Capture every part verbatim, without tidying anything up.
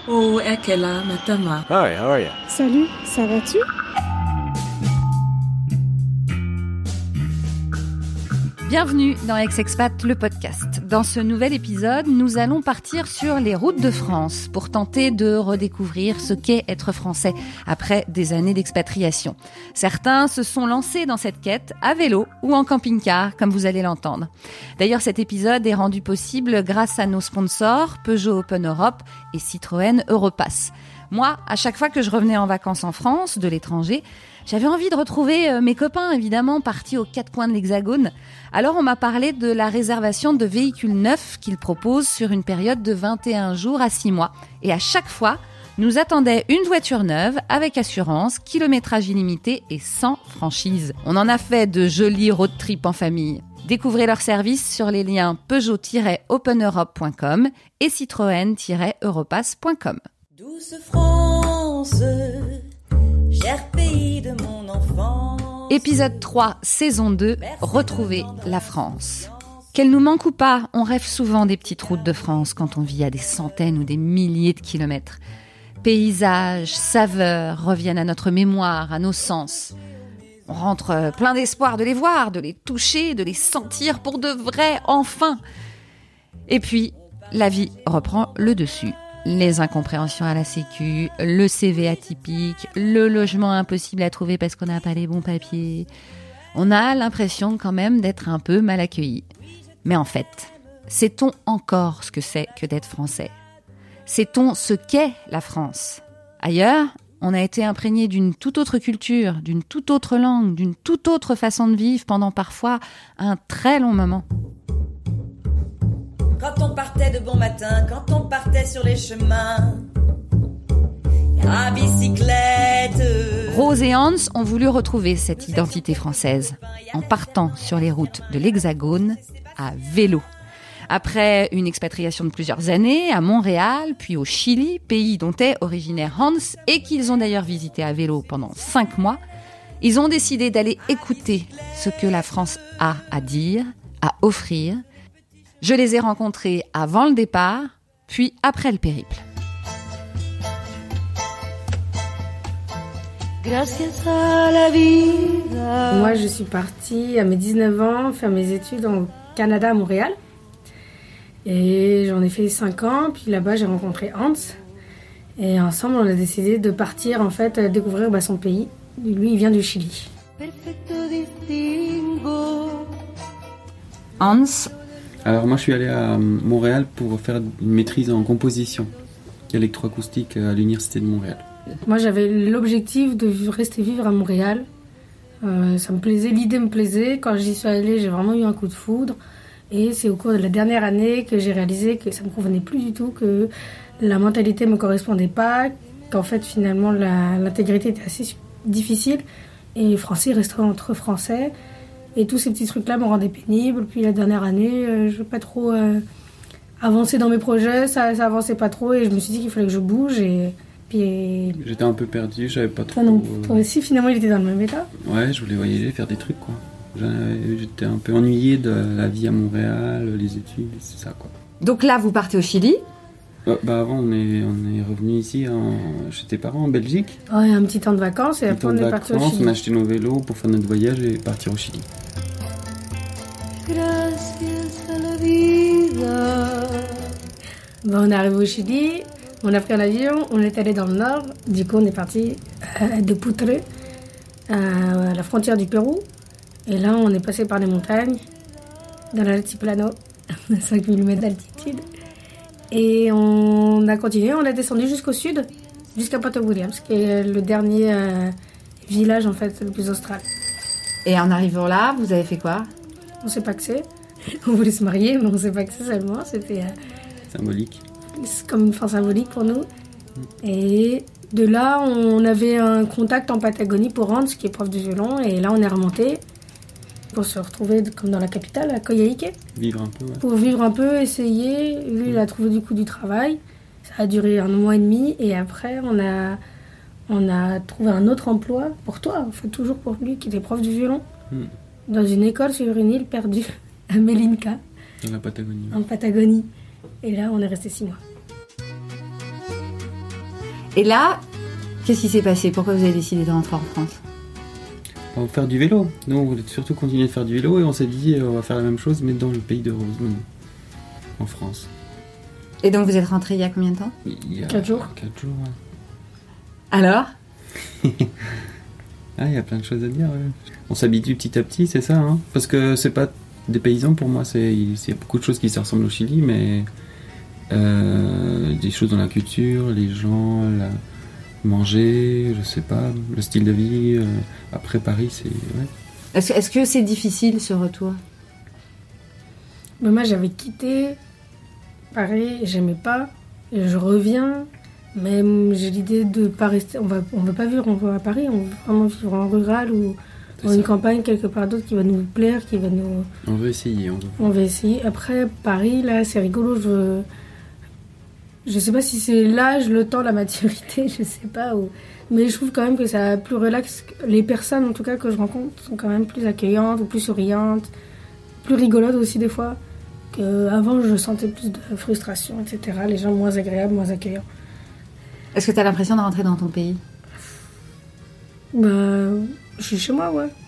Oh, Ekela, Matama. Hi, how are you? Salut, ça va-tu? Bienvenue dans Ex-Expat, le podcast. Dans ce nouvel épisode, nous allons partir sur les routes de France pour tenter de redécouvrir ce qu'est être français après des années d'expatriation. Certains se sont lancés dans cette quête à vélo ou en camping-car, comme vous allez l'entendre. D'ailleurs, cet épisode est rendu possible grâce à nos sponsors Peugeot Open Europe et Citroën Europass. Moi, à chaque fois que je revenais en vacances en France, de l'étranger, j'avais envie de retrouver mes copains, évidemment, partis aux quatre coins de l'Hexagone. Alors, on m'a parlé de la réservation de véhicules neufs qu'ils proposent sur une période de vingt et un jours à six mois. Et à chaque fois, nous attendait une voiture neuve avec assurance, kilométrage illimité et sans franchise. On en a fait de jolis road trips en famille. Découvrez leurs services sur les liens peugeot tiret open europe point com et citroën tiret europass point com. Douce France, cher pays de mon enfance. Épisode trois, saison deux, retrouver la France. Qu'elle nous manque ou pas, on rêve souvent des petites routes de France quand on vit à des centaines ou des milliers de kilomètres. Paysages, saveurs reviennent à notre mémoire, à nos sens. On rentre plein d'espoir de les voir, de les toucher, de les sentir pour de vrai, enfin. Et puis, la vie reprend le dessus. Les incompréhensions à la sécu, le C V atypique, le logement impossible à trouver parce qu'on n'a pas les bons papiers. On a l'impression quand même d'être un peu mal accueillis. Mais en fait, sait-on encore ce que c'est que d'être français ? Sait-on ce qu'est la France ? Ailleurs, on a été imprégné d'une toute autre culture, d'une toute autre langue, d'une toute autre façon de vivre pendant parfois un très long moment. Quand on partait de bon matin, quand on partait sur les chemins, à bicyclette. Rose et Hans ont voulu retrouver cette identité française en partant sur les routes de l'Hexagone à vélo. Après une expatriation de plusieurs années à Montréal, puis au Chili, pays dont est originaire Hans et qu'ils ont d'ailleurs visité à vélo pendant cinq mois, ils ont décidé d'aller écouter ce que la France a à dire, à offrir. Je les ai rencontrés avant le départ, puis après le périple. Moi, je suis partie à mes dix-neuf ans faire mes études au Canada, à Montréal. Et j'en ai fait cinq ans, puis là-bas, j'ai rencontré Hans. Et ensemble, on a décidé de partir, en fait, découvrir bah, son pays. Lui, il vient du Chili. Hans. Alors moi je suis allé à Montréal pour faire une maîtrise en composition électroacoustique à l'Université de Montréal. Moi j'avais l'objectif de rester vivre à Montréal. Euh, ça me plaisait, l'idée me plaisait. Quand j'y suis allée, j'ai vraiment eu un coup de foudre. Et c'est au cours de la dernière année que j'ai réalisé que ça me convenait plus du tout, que la mentalité me correspondait pas, qu'en fait finalement la, l'intégrité était assez difficile. Et français restait entre français. Et tous ces petits trucs-là me rendaient pénible. Puis la dernière année, euh, je n'ai pas trop euh, avancé dans mes projets, ça, ça avançait pas trop et je me suis dit qu'il fallait que je bouge. Et puis j'étais un peu perdu, je savais pas trop. Toi, non, toi aussi, finalement, il était dans le même état. Ouais, je voulais voyager, faire des trucs quoi. J'étais un peu ennuyé de la vie à Montréal, les études, c'est ça quoi. Donc là, vous partez au Chili ? Euh, bah avant, on est on est revenu ici en, chez tes parents en Belgique. Ouais, un petit temps de vacances et après on est parti au Chili. On a acheté nos vélos pour faire notre voyage et partir au Chili. Bon, on est arrivé au Chili, on a pris un avion, on est allé dans le nord. Du coup, on est parti euh, de Putre, euh, à la frontière du Pérou. Et là, on est passé par les montagnes, dans l'altiplano, cinq mille mètres d'altitude. Et on a continué, on a descendu jusqu'au sud, jusqu'à Puerto Williams, qui est le dernier euh, village en fait le plus austral. Et en arrivant là, vous avez fait quoi ? On s'est paxé. On voulait se marier, mais on s'est paxé seulement. C'était euh, symbolique. C'est comme une fin symbolique pour nous. Et de là, on avait un contact en Patagonie pour Hans, qui est prof de violon. Et là, on est remonté pour se retrouver comme dans la capitale, à Coyhaique. Vivre un peu, ouais. Pour vivre un peu, essayer. Lui, il a trouvé du coup du travail. Ça a duré un mois et demi. Et après, on a, on a trouvé un autre emploi pour toi, enfin toujours pour lui, qui était prof de violon. Hmm. Dans une école sur une île perdue, à Melinka. Dans la Patagonie. En Patagonie. Et là, on est resté six mois. Et là, qu'est-ce qui s'est passé ? Pourquoi vous avez décidé de rentrer en France ? On va faire du vélo. Nous, on voulait surtout continuer de faire du vélo et on s'est dit on va faire la même chose mais dans le pays de Rose, en France. Et donc vous êtes rentré il y a combien de temps ? Il y a quatre jours. Quatre jours, ouais. Alors ? Ah, il y a plein de choses à dire. Ouais. On s'habitue petit à petit, c'est ça, hein. Parce que c'est pas des paysans pour moi. C'est il y a beaucoup de choses qui se ressemblent au Chili, mais euh, des choses dans la culture, les gens, la... manger, je sais pas, le style de vie. Euh, après Paris, c'est ouais. Est-ce, est-ce que c'est difficile ce retour ? Mais moi, j'avais quitté Paris, j'aimais pas, et je reviens. Mais j'ai l'idée de ne pas rester. On va, on veut pas vivre à Paris, on veut vraiment vivre en rural ou dans une campagne quelque part d'autre qui va nous plaire, qui va nous. On veut essayer. On veut, on veut essayer. Après, Paris, là, c'est rigolo. Je je sais pas si c'est l'âge, le temps, la maturité, je sais pas. Ou... Mais je trouve quand même que ça plus relax. Les personnes, en tout cas, que je rencontre, sont quand même plus accueillantes ou plus souriantes, plus rigolotes aussi des fois. Qu'avant, je sentais plus de frustration, et cetera. Les gens moins agréables, moins accueillants. Est-ce que tu as l'impression de rentrer dans ton pays ? Bah, je suis chez moi, ouais.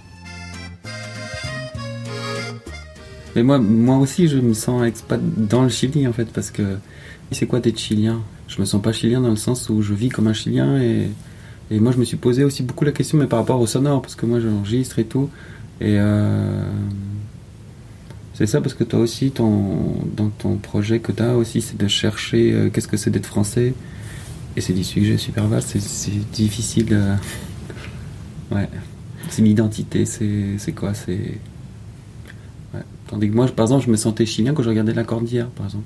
Mais moi, moi aussi, je me sens expat dans le Chili, en fait, parce que c'est quoi d'être chilien ? Je me sens pas chilien dans le sens où je vis comme un chilien et, et moi, je me suis posé aussi beaucoup la question, mais par rapport au sonore, parce que moi, j'enregistre et tout. Et euh, c'est ça, parce que toi aussi, ton, dans ton projet que tu as aussi, c'est de chercher euh, qu'est-ce que c'est d'être français. Et c'est des sujets super vastes, c'est, c'est difficile. Euh... Ouais. C'est une identité, c'est, c'est quoi c'est... Ouais. Tandis que moi, par exemple, je me sentais chilien quand je regardais la cordillère, par exemple.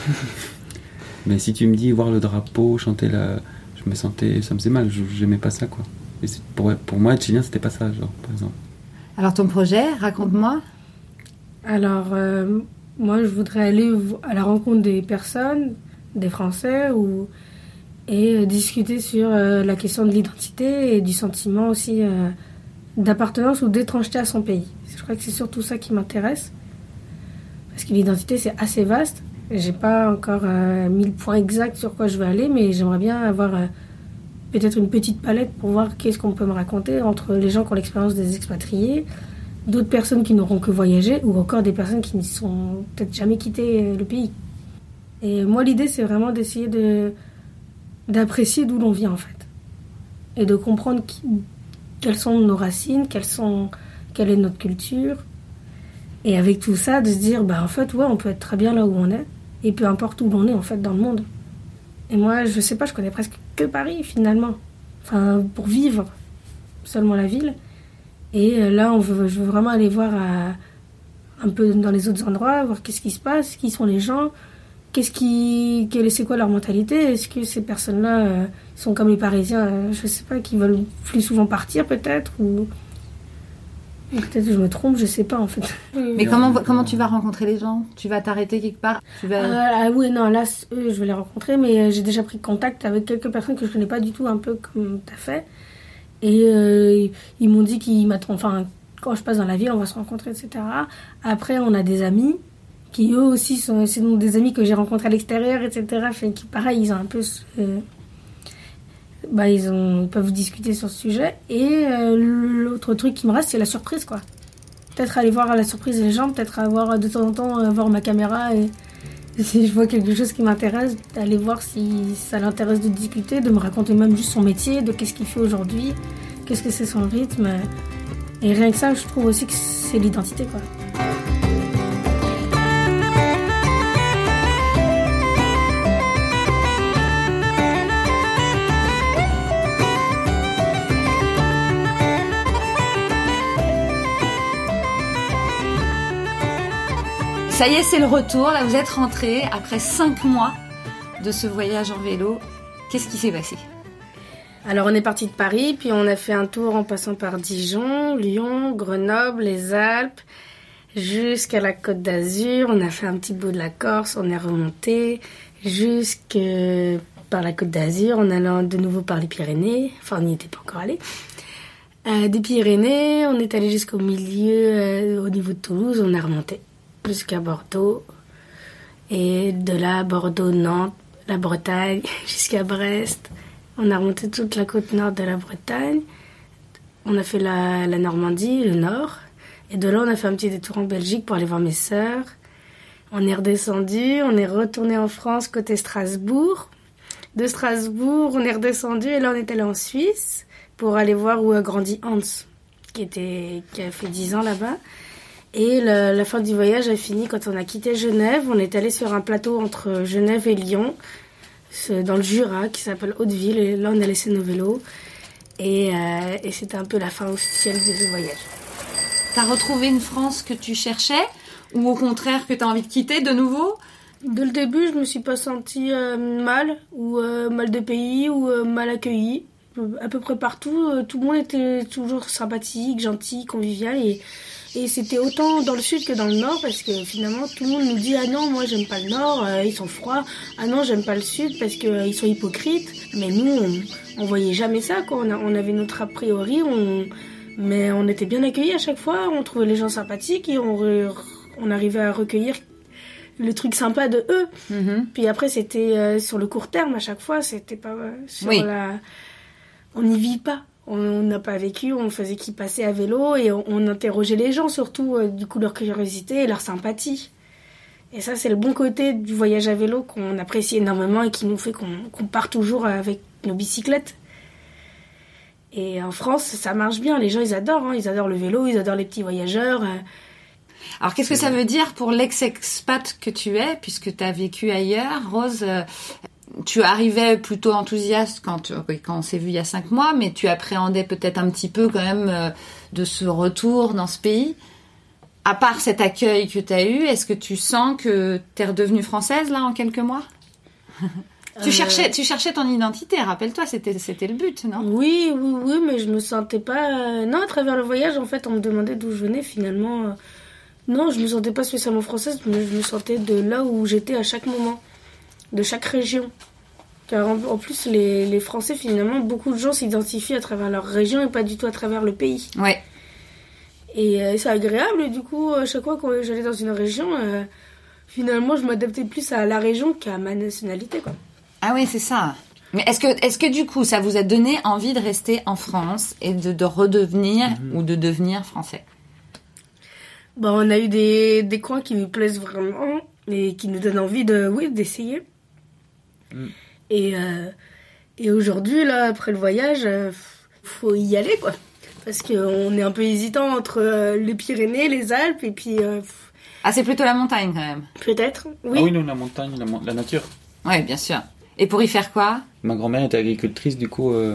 Mais si tu me dis voir le drapeau, chanter la... Je me sentais... Ça me faisait mal, je, j'aimais pas ça, quoi. Et c'est, pour, pour moi, être chilien, c'était pas ça, genre, par exemple. Alors, ton projet, raconte-moi. Alors, euh, moi, je voudrais aller à la rencontre des personnes, des Français, ou... et discuter sur euh, la question de l'identité et du sentiment aussi euh, d'appartenance ou d'étrangeté à son pays. Je crois que c'est surtout ça qui m'intéresse. Parce que l'identité, c'est assez vaste. J'ai pas encore euh, mis le point exact sur quoi je veux aller, mais j'aimerais bien avoir euh, peut-être une petite palette pour voir qu'est-ce qu'on peut me raconter entre les gens qui ont l'expérience des expatriés, d'autres personnes qui n'auront que voyagé, ou encore des personnes qui ne sont peut-être jamais quitté euh, le pays. Et moi, l'idée, c'est vraiment d'essayer de... d'apprécier d'où l'on vient en fait et de comprendre qui, quelles sont nos racines, quelles sont, quelle est notre culture, et avec tout ça de se dire bah en fait ouais on peut être très bien là où on est et peu importe où l'on est en fait dans le monde. Et moi je sais pas, je connais presque que Paris finalement, enfin pour vivre seulement la ville, et là on veut, je veux vraiment aller voir à, un peu dans les autres endroits, voir qu'est-ce qui se passe, qui sont les gens. Qu'est-ce qui, c'est quoi leur mentalité ? Est-ce que ces personnes-là euh, sont comme les Parisiens, euh, je sais pas, qui veulent plus souvent partir peut-être, ou peut-être que je me trompe, je sais pas en fait. Mais comment comment tu vas rencontrer les gens ? Tu vas t'arrêter quelque part ? Tu vas... euh, Ah oui, non, là, eux, je vais les rencontrer, mais euh, j'ai déjà pris contact avec quelques personnes que je connais pas du tout, un peu comme tu as fait, et euh, ils m'ont dit qu'ils m'attendent, enfin, quand je passe dans la ville, on va se rencontrer, et cetera. Après, on a des amis qui eux aussi sont, c'est donc des amis que j'ai rencontrés à l'extérieur, et cetera. Fait qui, pareil, ils ont un peu, euh, bah ils ont, ils peuvent discuter sur ce sujet. Et euh, l'autre truc qui me reste, c'est la surprise, quoi. Peut-être aller voir à la surprise les gens, peut-être avoir de temps en temps euh, voir ma caméra et, et si je vois quelque chose qui m'intéresse, d'aller voir si ça l'intéresse de discuter, de me raconter même juste son métier, de qu'est-ce qu'il fait aujourd'hui, qu'est-ce que c'est son rythme. Et rien que ça, je trouve aussi que c'est l'identité, quoi. Ça y est, c'est le retour. Là, vous êtes rentrés après cinq mois de ce voyage en vélo. Qu'est-ce qui s'est passé ? Alors, on est parti de Paris, puis on a fait un tour en passant par Dijon, Lyon, Grenoble, les Alpes, jusqu'à la Côte d'Azur. On a fait un petit bout de la Corse, on est remonté jusque par la Côte d'Azur, en allant de nouveau par les Pyrénées. Enfin, on n'y était pas encore allé. Euh, des Pyrénées, on est allé jusqu'au milieu, euh, au niveau de Toulouse, on a remonté jusqu'à Bordeaux, et de là, Bordeaux, Nantes, la Bretagne, jusqu'à Brest. On a remonté toute la côte nord de la Bretagne. On a fait la, la Normandie, le nord. Et de là, on a fait un petit détour en Belgique pour aller voir mes sœurs. On est redescendu, on est retourné en France côté Strasbourg. De Strasbourg, on est redescendu et là, on est allé en Suisse pour aller voir où a grandi Hans, qui, était, qui a fait dix ans là-bas. Et la, la fin du voyage a fini quand on a quitté Genève. On est allé sur un plateau entre Genève et Lyon, dans le Jura, qui s'appelle Hauteville. Et là, on a laissé nos vélos. Et, euh, et c'était un peu la fin officielle du voyage. T'as retrouvé une France que tu cherchais ou au contraire que t'as envie de quitter de nouveau ? Dès le début, je me suis pas sentie euh, mal ou euh, mal de pays ou euh, mal accueillie. À peu près partout, euh, tout le monde était toujours sympathique, gentil, convivial et, et c'était autant dans le sud que dans le nord parce que finalement tout le monde nous dit ah non moi j'aime pas le nord, euh, ils sont froids, ah non j'aime pas le sud parce qu'ils euh, sont hypocrites. Mais nous on, on voyait jamais ça quoi, on, a, on avait notre a priori, on, mais on était bien accueillis à chaque fois, on trouvait les gens sympathiques et on, re, on arrivait à recueillir le truc sympa de eux. Mm-hmm. Puis après c'était euh, sur le court terme à chaque fois, c'était pas euh, sur oui. la... On n'y vit pas, on n'a pas vécu, on faisait qu'ils passaient à vélo et on, on interrogeait les gens surtout, euh, du coup leur curiosité et leur sympathie. Et ça c'est le bon côté du voyage à vélo qu'on apprécie énormément et qui nous fait qu'on, qu'on part toujours avec nos bicyclettes. Et en France ça marche bien, les gens ils adorent, hein, ils adorent le vélo, ils adorent les petits voyageurs. Euh. Alors qu'est-ce que ça veut dire pour l'ex-expat que tu es, puisque tu as vécu ailleurs, Rose euh... Tu arrivais plutôt enthousiaste quand, quand on s'est vu il y a cinq mois, mais tu appréhendais peut-être un petit peu quand même euh, de ce retour dans ce pays. À part cet accueil que tu as eu, est-ce que tu sens que tu es redevenue française là en quelques mois ? euh... tu, cherchais, tu cherchais ton identité, rappelle-toi, c'était, c'était le but, non ? Oui, oui, oui, mais je me sentais pas... Non, à travers le voyage, en fait, on me demandait d'où je venais finalement. Non, je me sentais pas spécialement française, mais je me sentais de là où j'étais à chaque moment. De chaque région. Car en, en plus, les, les Français, finalement, beaucoup de gens s'identifient à travers leur région et pas du tout à travers le pays. Ouais. Et euh, c'est agréable, et du coup, à chaque fois que j'allais dans une région, euh, finalement, je m'adaptais plus à la région qu'à ma nationalité, quoi. Ah oui, c'est ça. Mais est-ce que, est-ce que du coup, ça vous a donné envie de rester en France et de, de redevenir mmh. ou de devenir français ? Bon, on a eu des, des coins qui nous plaisent vraiment et qui nous donnent envie de, oui, d'essayer. Mmh. Et, euh, et aujourd'hui, là, après le voyage, euh, faut y aller, quoi. Parce qu'on est un peu hésitant entre euh, les Pyrénées, les Alpes, et puis... Euh, ah, c'est plutôt la montagne, quand même. Peut-être, oui. Ah oui, non, la montagne, la, la nature. Oui, bien sûr. Et pour y faire quoi ? Ma grand-mère était agricultrice, du coup... Euh,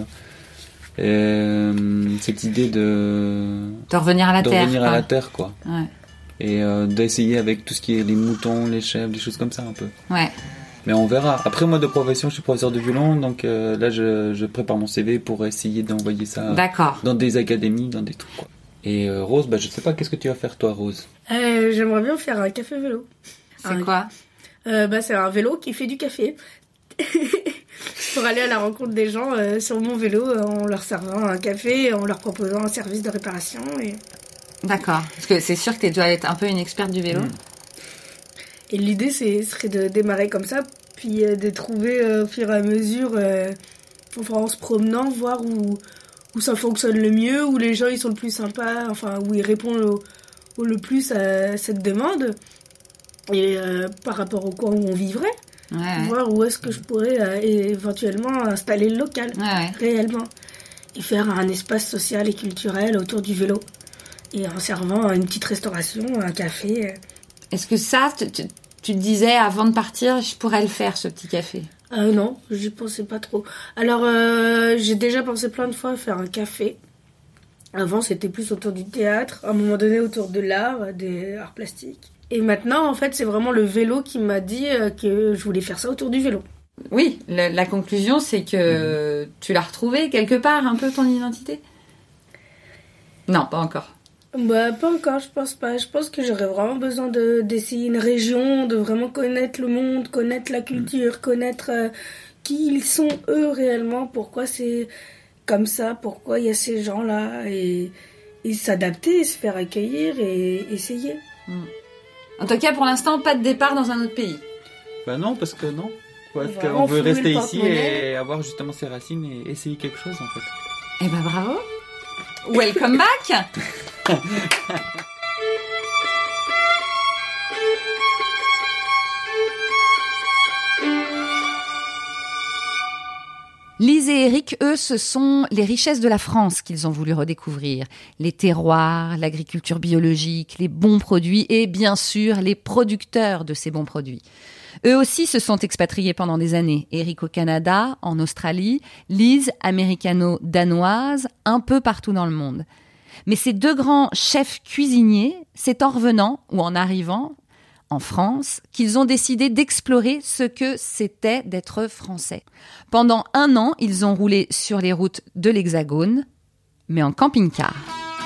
euh, cette idée de... De revenir à la de terre. De revenir quoi. à la terre, quoi. Ouais. Et euh, d'essayer avec tout ce qui est les moutons, les chèvres, des choses comme ça, un peu. Ouais. Mais on verra. Après, moi, de profession, je suis professeur de violon, donc euh, là, je, je prépare mon C V pour essayer d'envoyer ça D'accord. dans des académies, dans des trucs, quoi. Et euh, Rose, bah, je sais pas, qu'est-ce que tu vas faire, toi, Rose ? euh, J'aimerais bien faire un café vélo. C'est un... quoi euh, bah, c'est un vélo qui fait du café. Pour aller à la rencontre des gens euh, sur mon vélo, euh, en leur servant un café, en leur proposant un service de réparation. Et... D'accord. Parce que c'est sûr que tu dois être un peu une experte du vélo. Mmh. Et l'idée, c'est, serait de démarrer comme ça, puis euh, de trouver euh, au fur et à mesure, euh, enfin, en se promenant, voir où, où ça fonctionne le mieux, où les gens ils sont le plus sympas, enfin, où ils répondent au, au, le plus à cette demande, et euh, par rapport au coin où on vivrait, ouais, ouais. voir où est-ce que je pourrais euh, éventuellement installer le local, ouais, ouais. réellement, et faire un espace social et culturel autour du vélo, et en servant une petite restauration, un café. Est-ce que ça, tu, tu, tu te disais avant de partir, je pourrais le faire, ce petit café ? euh, Non, j'y pensais pas trop. Alors, euh, j'ai déjà pensé plein de fois à faire un café. Avant, c'était plus autour du théâtre, à un moment donné autour de l'art, des arts plastiques. Et maintenant, en fait, c'est vraiment le vélo qui m'a dit que je voulais faire ça autour du vélo. Oui, la, la conclusion, c'est que mmh. tu l'as retrouvé quelque part, un peu, ton identité ? Non, pas encore. Bah, pas encore, je pense pas. Je pense que j'aurais vraiment besoin de, d'essayer une région, de vraiment connaître le monde, connaître la culture, connaître euh, qui ils sont eux réellement, pourquoi c'est comme ça, pourquoi il y a ces gens-là, et, et s'adapter, se faire accueillir et essayer. Mm. En tout cas, pour l'instant, pas de départ dans un autre pays. Bah non, parce que non. Ou est-ce Voilà. qu'on veut Enfouir rester le ici porte-monnaie. et avoir justement ses racines et essayer quelque chose en fait? Eh ben bravo. Welcome back. Lise et Eric, eux, ce sont les richesses de la France qu'ils ont voulu redécouvrir. Les terroirs, l'agriculture biologique, les bons produits et bien sûr les producteurs de ces bons produits. Eux aussi se sont expatriés pendant des années. Eric au Canada, en Australie, Lise américano-danoise, un peu partout dans le monde. Mais ces deux grands chefs cuisiniers, c'est en revenant ou en arrivant en France qu'ils ont décidé d'explorer ce que c'était d'être français. Pendant un an, ils ont roulé sur les routes de l'Hexagone, mais en camping-car.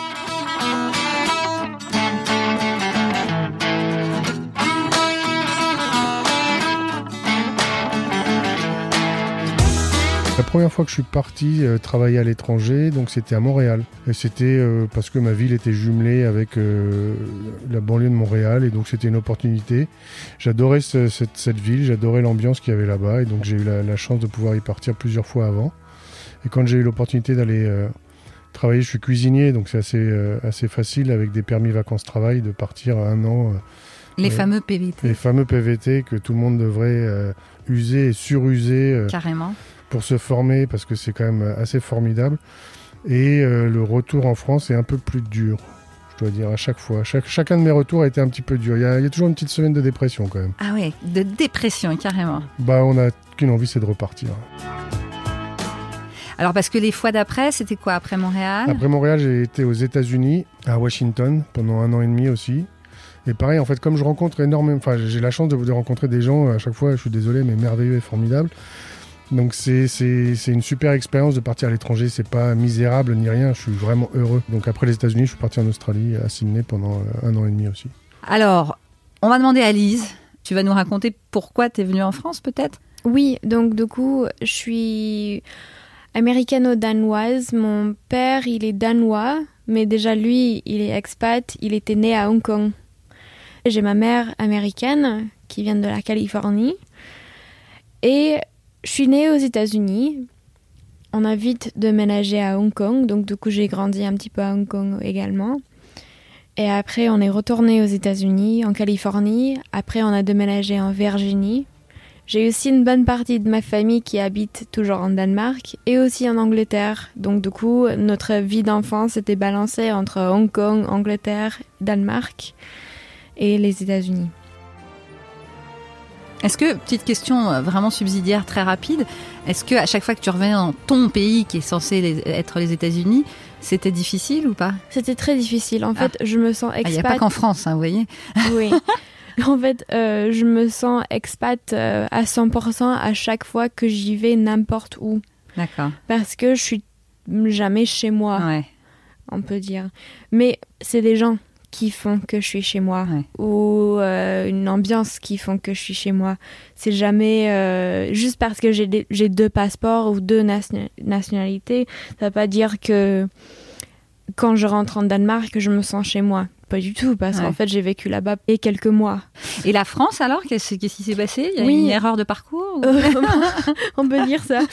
La première fois que je suis parti euh, travailler à l'étranger, donc c'était à Montréal. Et c'était euh, parce que ma ville était jumelée avec euh, la banlieue de Montréal et donc c'était une opportunité. J'adorais ce, cette, cette ville, j'adorais l'ambiance qu'il y avait là-bas et donc j'ai eu la, la chance de pouvoir y partir plusieurs fois avant. Et quand j'ai eu l'opportunité d'aller euh, travailler, je suis cuisinier, donc c'est assez, euh, assez facile avec des permis vacances-travail de partir à un an. Euh, Les euh, fameux P V T. Les fameux P V T que tout le monde devrait euh, user et suruser. Euh, Carrément. Pour se former, parce que c'est quand même assez formidable. Et euh, le retour en France est un peu plus dur, je dois dire, à chaque fois. Chaque, chacun de mes retours a été un petit peu dur. Il y a, il y a toujours une petite semaine de dépression, quand même. Ah ouais, de dépression, carrément. Bah, on n'a qu'une envie, c'est de repartir. Alors, parce que les fois d'après, c'était quoi, après Montréal? Après Montréal, j'ai été aux États-Unis, à Washington, pendant un an et demi aussi. Et pareil, en fait, comme je rencontre énormément... Enfin, j'ai la chance de, de rencontrer des gens, à chaque fois, je suis désolé, mais merveilleux et formidables. Donc c'est, c'est, c'est une super expérience de partir à l'étranger, c'est pas misérable ni rien, je suis vraiment heureux. Donc après les États-Unis, je suis parti en Australie, à Sydney, pendant un an et demi aussi. Alors, on va demander à Lise, tu vas nous raconter pourquoi tu es venue en France peut-être? Oui, donc du coup, je suis américano-danoise. Mon père, il est danois, mais déjà lui, il est expat, il était né à Hong Kong. J'ai ma mère américaine qui vient de la Californie et je suis née aux États-Unis. On a vite déménagé à Hong Kong, donc du coup j'ai grandi un petit peu à Hong Kong également. Et après on est retourné aux États-Unis, en Californie. Après on a déménagé en Virginie. J'ai aussi une bonne partie de ma famille qui habite toujours en Danemark et aussi en Angleterre. Donc du coup notre vie d'enfance était balancée entre Hong Kong, Angleterre, Danemark et les États-Unis. Est-ce que, petite question vraiment subsidiaire très rapide, est-ce que à chaque fois que tu revenais dans ton pays qui est censé les, être les États-Unis, c'était difficile ou pas? C'était très difficile. En fait, ah. je me sens expat. Il n'y a pas qu'en France, hein, vous voyez. Oui. En fait, euh, je me sens expat euh, à cent pour cent à chaque fois que j'y vais n'importe où. D'accord. Parce que je suis jamais chez moi, ouais. on peut dire. Mais c'est des gens qui font que je suis chez moi, ouais. ou euh, une ambiance qui font que je suis chez moi. C'est jamais euh, juste parce que j'ai, des, j'ai deux passeports ou deux nation- nationalités, ça veut pas dire que quand je rentre en Danemark, je me sens chez moi. Pas du tout, parce ouais. qu'en fait, j'ai vécu là-bas et quelques mois. Et la France, alors, qu'est-ce, qu'est-ce qui s'est passé? Il y a oui. une erreur de parcours ou... euh, On peut dire ça.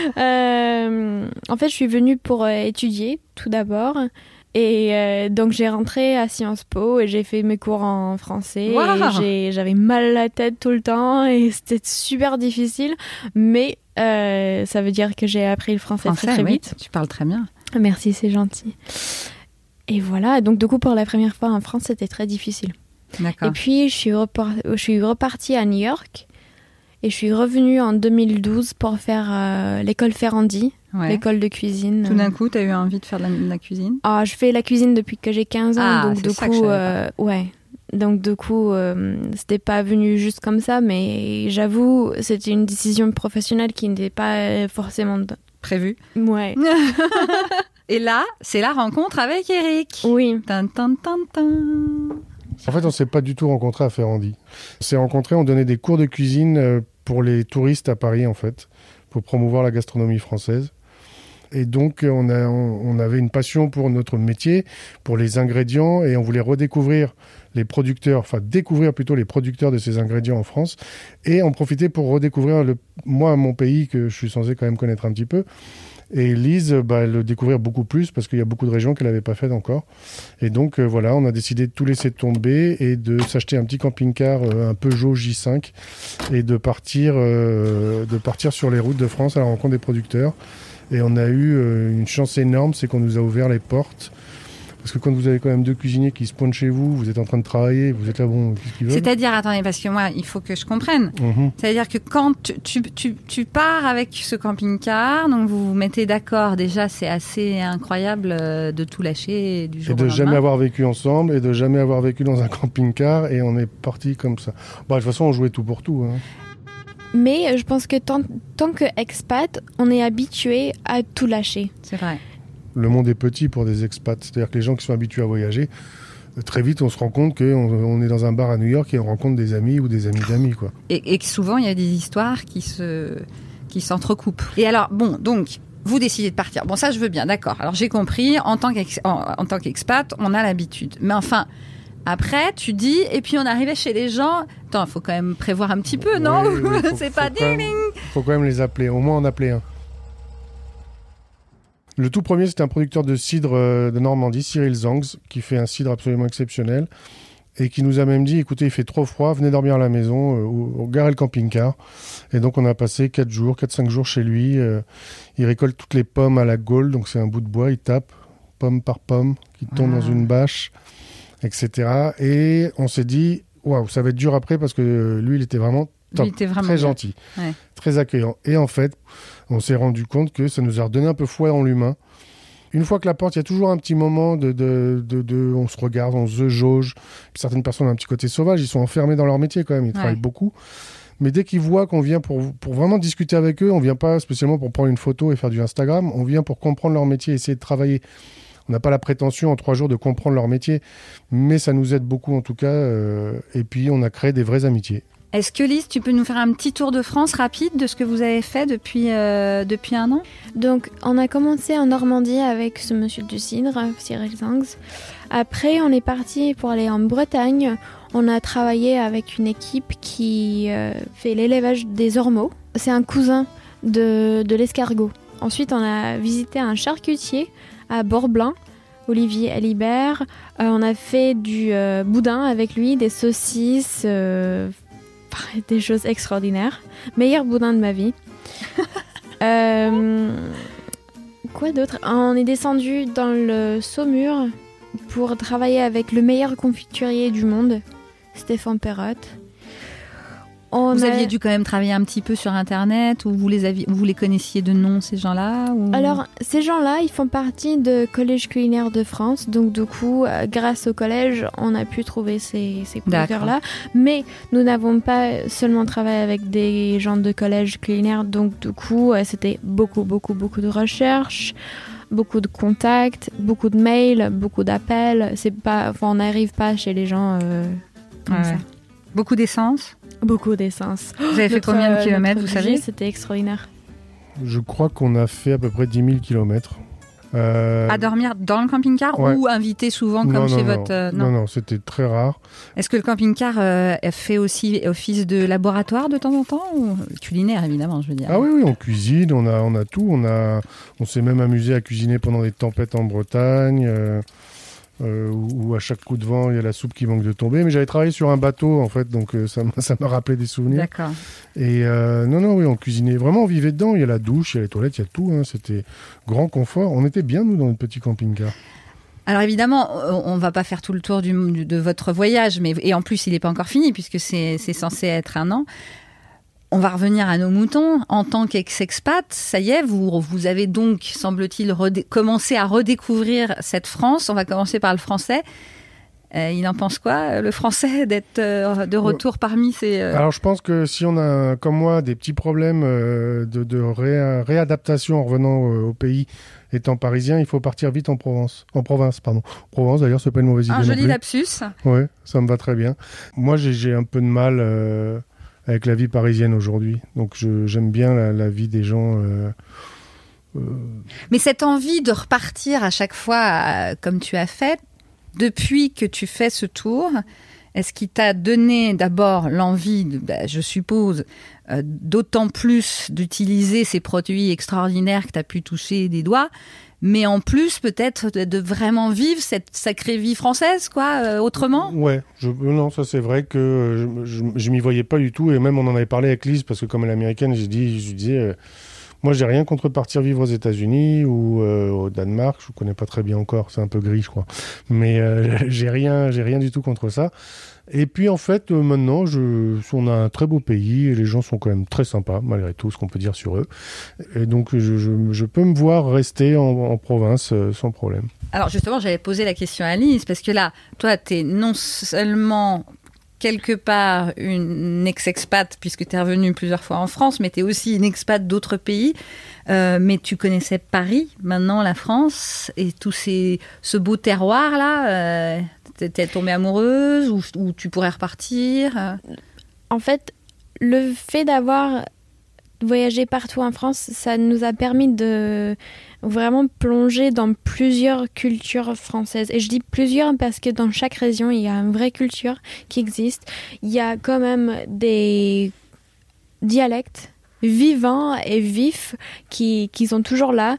Euh, en fait, je suis venue pour euh, étudier, tout d'abord. Et euh, donc j'ai rentré à Sciences Po et j'ai fait mes cours en français. Wow. Et j'ai, j'avais mal à la tête tout le temps et c'était super difficile. Mais euh, ça veut dire que j'ai appris le français, français très très oui. vite. Tu parles très bien. Merci, c'est gentil. Et voilà, donc du coup pour la première fois en France c'était très difficile. D'accord. Et puis je suis, repar- je suis repartie à New York et je suis revenue en deux mille douze pour faire euh, l'école Ferrandi. Ouais. L'école de cuisine. Tout d'un coup, tu as eu envie de faire de la, de la cuisine? Ah, je fais la cuisine depuis que j'ai quinze ans, ah, donc c'est du ça coup, que euh, ouais. Donc du coup, euh, c'était pas venu juste comme ça, mais j'avoue, c'était une décision professionnelle qui n'était pas forcément prévue. Ouais. Et là, c'est la rencontre avec Eric. Oui. Tan, tan, tan, tan. En fait, on s'est pas du tout rencontrés à Ferrandi. On s'est rencontrés, on donnait des cours de cuisine pour les touristes à Paris, en fait, pour promouvoir la gastronomie française. Et donc, on, a, on, on avait une passion pour notre métier, pour les ingrédients, et on voulait redécouvrir les producteurs, enfin découvrir plutôt les producteurs de ces ingrédients en France, et en profiter pour redécouvrir, le, moi, mon pays, que je suis censé quand même connaître un petit peu. Et Lise, bah, le découvrir beaucoup plus, parce qu'il y a beaucoup de régions qu'elle n'avait pas faites encore. Et donc, euh, voilà, on a décidé de tout laisser tomber et de s'acheter un petit camping-car, euh, un Peugeot J cinq, et de partir, euh, de partir sur les routes de France à la rencontre des producteurs. Et on a eu euh, une chance énorme, c'est qu'on nous a ouvert les portes. Parce que quand vous avez quand même deux cuisiniers qui spawnent chez vous, vous êtes en train de travailler, vous êtes là, bon, qu'est-ce qu'ils veulent ? C'est-à-dire, attendez, parce que moi, il faut que je comprenne. Mmh. C'est-à-dire que quand tu, tu, tu, tu pars avec ce camping-car, donc vous vous mettez d'accord, déjà, c'est assez incroyable de tout lâcher du jour au lendemain. Et de jamais avoir vécu ensemble, et de jamais avoir vécu dans un camping-car, et on est parti comme ça. Bon, de toute façon, on jouait tout pour tout, hein. Mais je pense que tant, tant qu'expat, on est habitué à tout lâcher. C'est vrai. Le monde est petit pour des expats. C'est-à-dire que les gens qui sont habitués à voyager, très vite, on se rend compte qu'on on est dans un bar à New York et on rencontre des amis ou des amis d'amis, quoi. Et, et que souvent, il y a des histoires qui, se, qui s'entrecoupent. Et alors, bon, donc, vous décidez de partir. Bon, ça, je veux bien, d'accord. Alors, j'ai compris, en tant, qu'ex, en, en tant qu'expat, on a l'habitude. Mais enfin... Après, tu dis, et puis on arrivait chez les gens. Attends, il faut quand même prévoir un petit peu, non ? Oui, oui, faut, c'est faut pas ding ding. Il faut quand même les appeler. Au moins, en appeler un. Le tout premier, c'était un producteur de cidre de Normandie, Cyril Zangs, qui fait un cidre absolument exceptionnel et qui nous a même dit, écoutez, il fait trop froid, venez dormir à la maison, euh, au, au garez le camping-car. Et donc, on a passé quatre jours, quatre cinq jours chez lui. Euh, il récolte toutes les pommes à la gaule, donc c'est un bout de bois, il tape pomme par pomme, qui tombe ah. dans une bâche, et cetera. Et on s'est dit, waouh, ça va être dur après parce que lui, il était vraiment top, était vraiment très bien. gentil, ouais. très accueillant. Et en fait, on s'est rendu compte que ça nous a redonné un peu foi en l'humain. Une fois que la porte, il y a toujours un petit moment de, de, de, de on se regarde, on se jauge. Puis certaines personnes ont un petit côté sauvage, ils sont enfermés dans leur métier quand même, ils ouais. travaillent beaucoup. Mais dès qu'ils voient qu'on vient pour, pour vraiment discuter avec eux, on ne vient pas spécialement pour prendre une photo et faire du Instagram, on vient pour comprendre leur métier, essayer de travailler. On n'a pas la prétention en trois jours de comprendre leur métier, mais ça nous aide beaucoup en tout cas. Euh, et puis, on a créé des vraies amitiés. Est-ce que Lise, tu peux nous faire un petit tour de France rapide de ce que vous avez fait depuis, euh, depuis un an ? Donc, on a commencé en Normandie avec ce monsieur du cidre, Cyril Zangs. Après, on est parti pour aller en Bretagne. On a travaillé avec une équipe qui euh, fait l'élevage des ormeaux. C'est un cousin de, de l'escargot. Ensuite, on a visité un charcutier à Bord-Blanc, Olivier Alibert. Euh, on a fait du euh, boudin avec lui, des saucisses, euh, des choses extraordinaires. Meilleur boudin de ma vie. euh, quoi d'autre ? On est descendu dans le Saumur pour travailler avec le meilleur confiturier du monde, Stéphane Perrotte. On vous a... aviez dû quand même travailler un petit peu sur Internet, ou vous les, aviez, vous les connaissiez de nom, ces gens-là ou... Alors, ces gens-là, ils font partie de Collège culinaire de France. Donc, du coup, euh, grâce au collège, on a pu trouver ces, ces producteurs-là. Mais nous n'avons pas seulement travaillé avec des gens de collège culinaire. Donc, du coup, euh, c'était beaucoup, beaucoup, beaucoup de recherches, beaucoup de contacts, beaucoup de mails, beaucoup d'appels. C'est pas, enfin, on n'arrive pas chez les gens euh, comme ouais. ça. Beaucoup d'essence ? Beaucoup d'essence. Vous avez fait notre, combien de kilomètres, vous savez ? C'était extraordinaire. Je crois qu'on a fait à peu près dix mille kilomètres. Euh... À dormir dans le camping-car ouais. ou invité souvent comme non, chez non, votre... Euh, non, non, non, c'était très rare. Est-ce que le camping-car euh, fait aussi office de laboratoire de temps en temps ou culinaire, évidemment, je veux dire. Ah oui, oui, on cuisine, on a, on a tout. On, a, on s'est même amusé à cuisiner pendant des tempêtes en Bretagne. Euh... Euh, où à chaque coup de vent il y a la soupe qui manque de tomber, mais j'avais travaillé sur un bateau en fait, donc euh, ça, m'a, ça m'a rappelé des souvenirs. D'accord. Et euh, non non oui, on cuisinait vraiment, on vivait dedans, il y a la douche, il y a les toilettes, il y a tout, hein. C'était grand confort, on était bien nous dans notre petit camping-car. Alors évidemment, on va pas faire tout le tour du, de votre voyage, mais et en plus il n'est pas encore fini puisque c'est, c'est censé être un an. On va revenir à nos moutons. En tant qu'ex-expat, ça y est, vous, vous avez donc, semble-t-il, redé- commencé à redécouvrir cette France. On va commencer par le français. Euh, il en pense quoi, le français, d'être euh, de retour parmi ces... Euh... Alors, je pense que si on a, comme moi, des petits problèmes euh, de, de ré- réadaptation en revenant euh, au pays, étant parisien, il faut partir vite en Provence. En province, pardon. Provence, d'ailleurs, c'est pas une mauvaise idée. Un joli non plus. lapsus. Oui, ça me va très bien. Moi, j'ai, j'ai un peu de mal... Euh, avec la vie parisienne aujourd'hui. Donc je, j'aime bien la, la vie des gens euh, Euh... Mais cette envie de repartir à chaque fois, euh, comme tu as fait, depuis que tu fais ce tour, est-ce qu'il t'a donné d'abord l'envie, de, bah, je suppose, euh, d'autant plus d'utiliser ces produits extraordinaires que tu as pu toucher des doigts, mais en plus peut-être de, de vraiment vivre cette sacrée vie française, quoi, euh, autrement ? Ouais, je, non, ça c'est vrai que je, je, je m'y voyais pas du tout, et même on en avait parlé avec Lise, parce que comme elle est américaine, j'ai dit, je lui disais... Euh, moi, j'ai rien contre partir vivre aux États-Unis ou euh, au Danemark. Je ne connais pas très bien encore, c'est un peu gris, je crois. Mais euh, j'ai rien, j'ai rien du tout contre ça. Et puis, en fait, euh, maintenant, je, on a un très beau pays et les gens sont quand même très sympas, malgré tout ce qu'on peut dire sur eux. Et donc, je, je, je peux me voir rester en, en province euh, sans problème. Alors, justement, j'avais posé la question à Lise, parce que là, toi, tu es non seulement... quelque part une ex-expat, puisque tu es revenue plusieurs fois en France, mais tu es aussi une expat d'autres pays. Euh, mais tu connaissais Paris, maintenant la France, et tout ces, ce beau terroir-là. Euh, tu es tombée amoureuse ou, ou tu pourrais repartir euh... En fait, le fait d'avoir voyagé partout en France, ça nous a permis de vraiment plonger dans plusieurs cultures françaises. Et je dis plusieurs parce que dans chaque région, il y a une vraie culture qui existe. Il y a quand même des dialectes vivants et vifs qui, qui sont toujours là.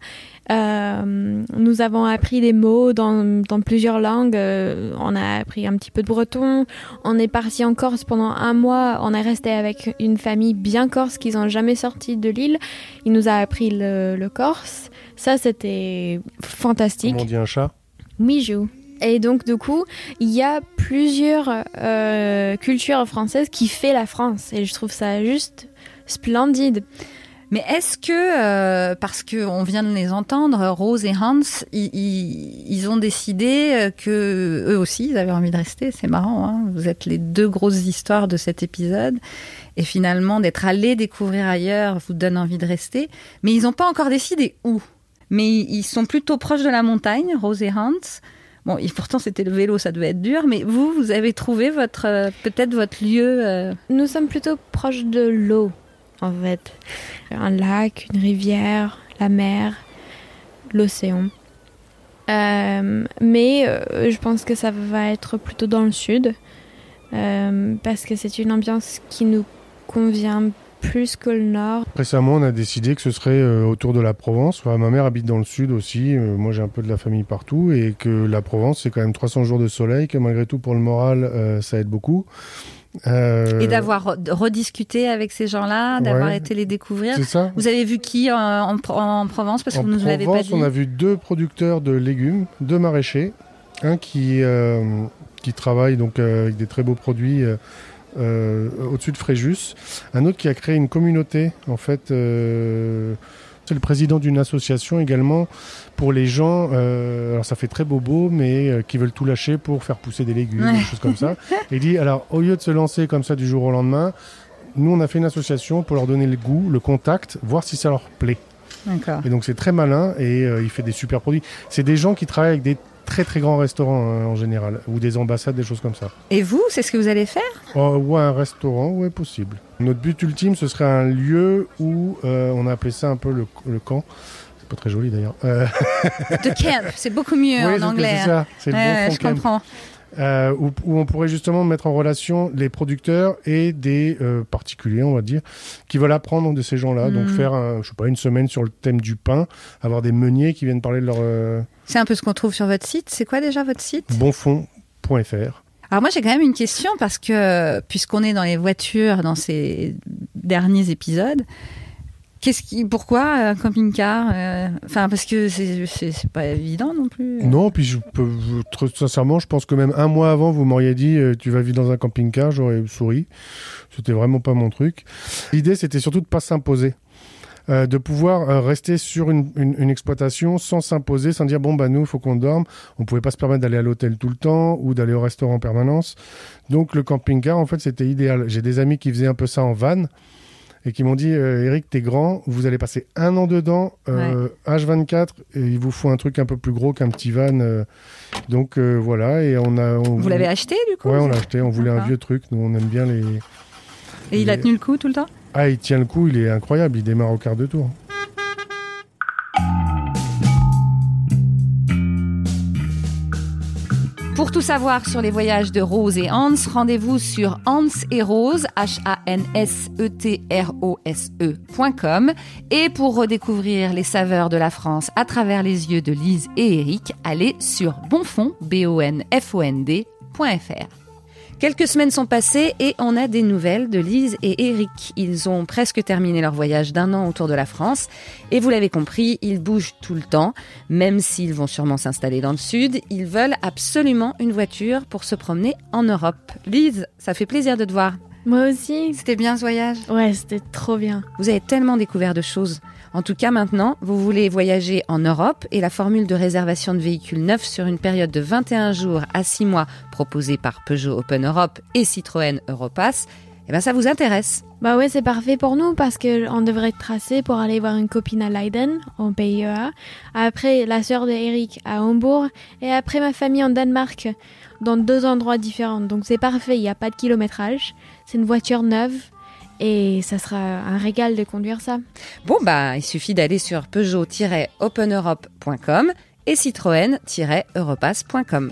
Euh, nous avons appris des mots dans, dans plusieurs langues. Euh, on a appris un petit peu de breton. On est parti en Corse pendant un mois. On est resté avec une famille bien corse qui n'ont jamais sorti de l'île. Il nous a appris le, le corse. Ça, c'était fantastique. Comment on dit un chat ? Mijou. Et donc, du coup, il y a plusieurs euh, cultures françaises qui fait la France. Et je trouve ça juste splendide. Mais est-ce que, euh, parce qu'on vient de les entendre, Rose et Hans, ils, ils, ils ont décidé que eux aussi, ils avaient envie de rester. C'est marrant, hein, vous êtes les deux grosses histoires de cet épisode. Et finalement, d'être allés découvrir ailleurs vous donne envie de rester. Mais ils n'ont pas encore décidé où. Mais ils sont plutôt proches de la montagne, Rose et Hans. Bon, et pourtant, c'était le vélo, ça devait être dur. Mais vous, vous avez trouvé votre, euh, peut-être votre lieu euh... Nous sommes plutôt proches de l'eau. En fait, un lac, une rivière, la mer, l'océan. Euh, mais euh, je pense que ça va être plutôt dans le sud, euh, parce que c'est une ambiance qui nous convient plus que le nord. Récemment, on a décidé que ce serait euh, autour de la Provence. Enfin, ma mère habite dans le sud aussi. Euh, moi, j'ai un peu de la famille partout. Et que la Provence, c'est quand même trois cents jours de soleil, que malgré tout, pour le moral, euh, ça aide beaucoup. Euh... Et d'avoir rediscuté avec ces gens-là, d'avoir ouais, été les découvrir. C'est ça. Vous avez vu qui en, en, en Provence, parce que en vous ne nous l'avez pas dit. On a vu deux producteurs de légumes, deux maraîchers. Un qui, euh, qui travaille donc, euh, avec des très beaux produits euh, euh, au-dessus de Fréjus. Un autre qui a créé une communauté, en fait... Euh, c'est le président d'une association également pour les gens, euh, alors ça fait très bobo, mais euh, qui veulent tout lâcher pour faire pousser des légumes, ouais. Des choses comme ça. Et il dit, alors au lieu de se lancer comme ça du jour au lendemain, nous on a fait une association pour leur donner le goût, le contact, voir si ça leur plaît. D'accord. Et donc c'est très malin et euh, il fait des super produits. C'est des gens qui travaillent avec des très très grands restaurants hein, en général, ou des ambassades, des choses comme ça. Et vous, c'est ce que vous allez faire ? euh, Ouais, un restaurant, ouais, possible. Notre but ultime, ce serait un lieu où, euh, on a appelé ça un peu le, le camp, c'est pas très joli d'ailleurs. Euh... The camp, c'est beaucoup mieux oui, en anglais. C'est ça, c'est le ouais, bon je camp. comprends. Euh, où, où on pourrait justement mettre en relation les producteurs et des euh, particuliers, on va dire, qui veulent apprendre de ces gens-là. Mmh. Donc faire, un, je sais pas, une semaine sur le thème du pain, avoir des meuniers qui viennent parler de leur... Euh... C'est un peu ce qu'on trouve sur votre site. C'est quoi déjà votre site ? bonfond point f r. Alors moi j'ai quand même une question parce que puisqu'on est dans les voitures dans ces derniers épisodes, qu'est-ce qui, pourquoi un camping-car euh, Enfin parce que c'est, c'est, c'est pas évident non plus. Non, puis je peux très sincèrement, je pense que même un mois avant vous m'auriez dit euh, tu vas vivre dans un camping-car, j'aurais souri. C'était vraiment pas mon truc. L'idée c'était surtout de pas s'imposer. Euh, de pouvoir euh, rester sur une, une, une exploitation sans s'imposer, sans dire bon bah nous il faut qu'on dorme, on pouvait pas se permettre d'aller à l'hôtel tout le temps ou d'aller au restaurant en permanence. Donc le camping-car en fait c'était idéal. J'ai des amis qui faisaient un peu ça en van et qui m'ont dit euh, Eric t'es grand, vous allez passer un an dedans, euh, ouais. H vingt-quatre et il vous faut un truc un peu plus gros qu'un petit van. Euh, donc euh, voilà et on a. On vous voulait... l'avez acheté du coup ? Ouais on l'a acheté, on voulait D'accord. un vieux truc, nous on aime bien les. Et les... il a tenu le coup tout le temps ? Ah, il tient le coup, il est incroyable, il démarre au quart de tour. Pour tout savoir sur les voyages de Rose et Hans, rendez-vous sur Hans et Rose, H A N S E T R O S E point com. Et pour redécouvrir les saveurs de la France à travers les yeux de Lise et Eric, allez sur bonfond, B O N F O N D point F R. Quelques semaines sont passées et on a des nouvelles de Lise et Eric. Ils ont presque terminé leur voyage d'un an autour de la France. Et vous l'avez compris, ils bougent tout le temps. Même s'ils vont sûrement s'installer dans le sud, ils veulent absolument une voiture pour se promener en Europe. Lise, ça fait plaisir de te voir. Moi aussi. C'était bien ce voyage ? Ouais, c'était trop bien. Vous avez tellement découvert de choses. En tout cas, maintenant, vous voulez voyager en Europe et la formule de réservation de véhicules neufs sur une période de vingt et un jours à six mois proposée par Peugeot Open Europe et Citroën Europass, eh ben ça vous intéresse. Bah ouais, c'est parfait pour nous parce qu'on devrait tracer pour aller voir une copine à Leiden, en Pays E A. Après, la sœur de Eric à Hambourg et après ma famille en Danemark, dans deux endroits différents. Donc c'est parfait, il n'y a pas de kilométrage. C'est une voiture neuve. Et ça sera un régal de conduire ça. Bon, bah, il suffit d'aller sur peugeot tiret open europe point com et citroën tiret europass point com.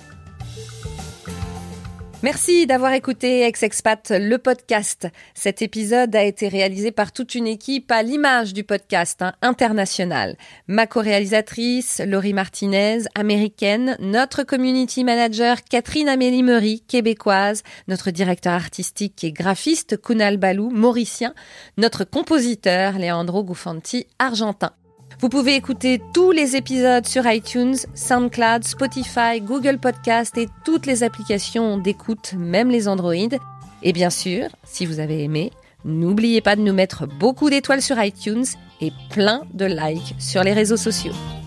Merci d'avoir écouté Ex-Expat, le podcast. Cet épisode a été réalisé par toute une équipe à l'image du podcast hein, international. Ma co-réalisatrice, Laurie Martinez, américaine, notre community manager, Catherine Amélie Meury, québécoise, notre directeur artistique et graphiste, Kunal Balou, mauricien, notre compositeur, Leandro Gufanti, argentin. Vous pouvez écouter tous les épisodes sur iTunes, SoundCloud, Spotify, Google Podcast et toutes les applications d'écoute, même les Android. Et bien sûr, si vous avez aimé, n'oubliez pas de nous mettre beaucoup d'étoiles sur iTunes et plein de likes sur les réseaux sociaux.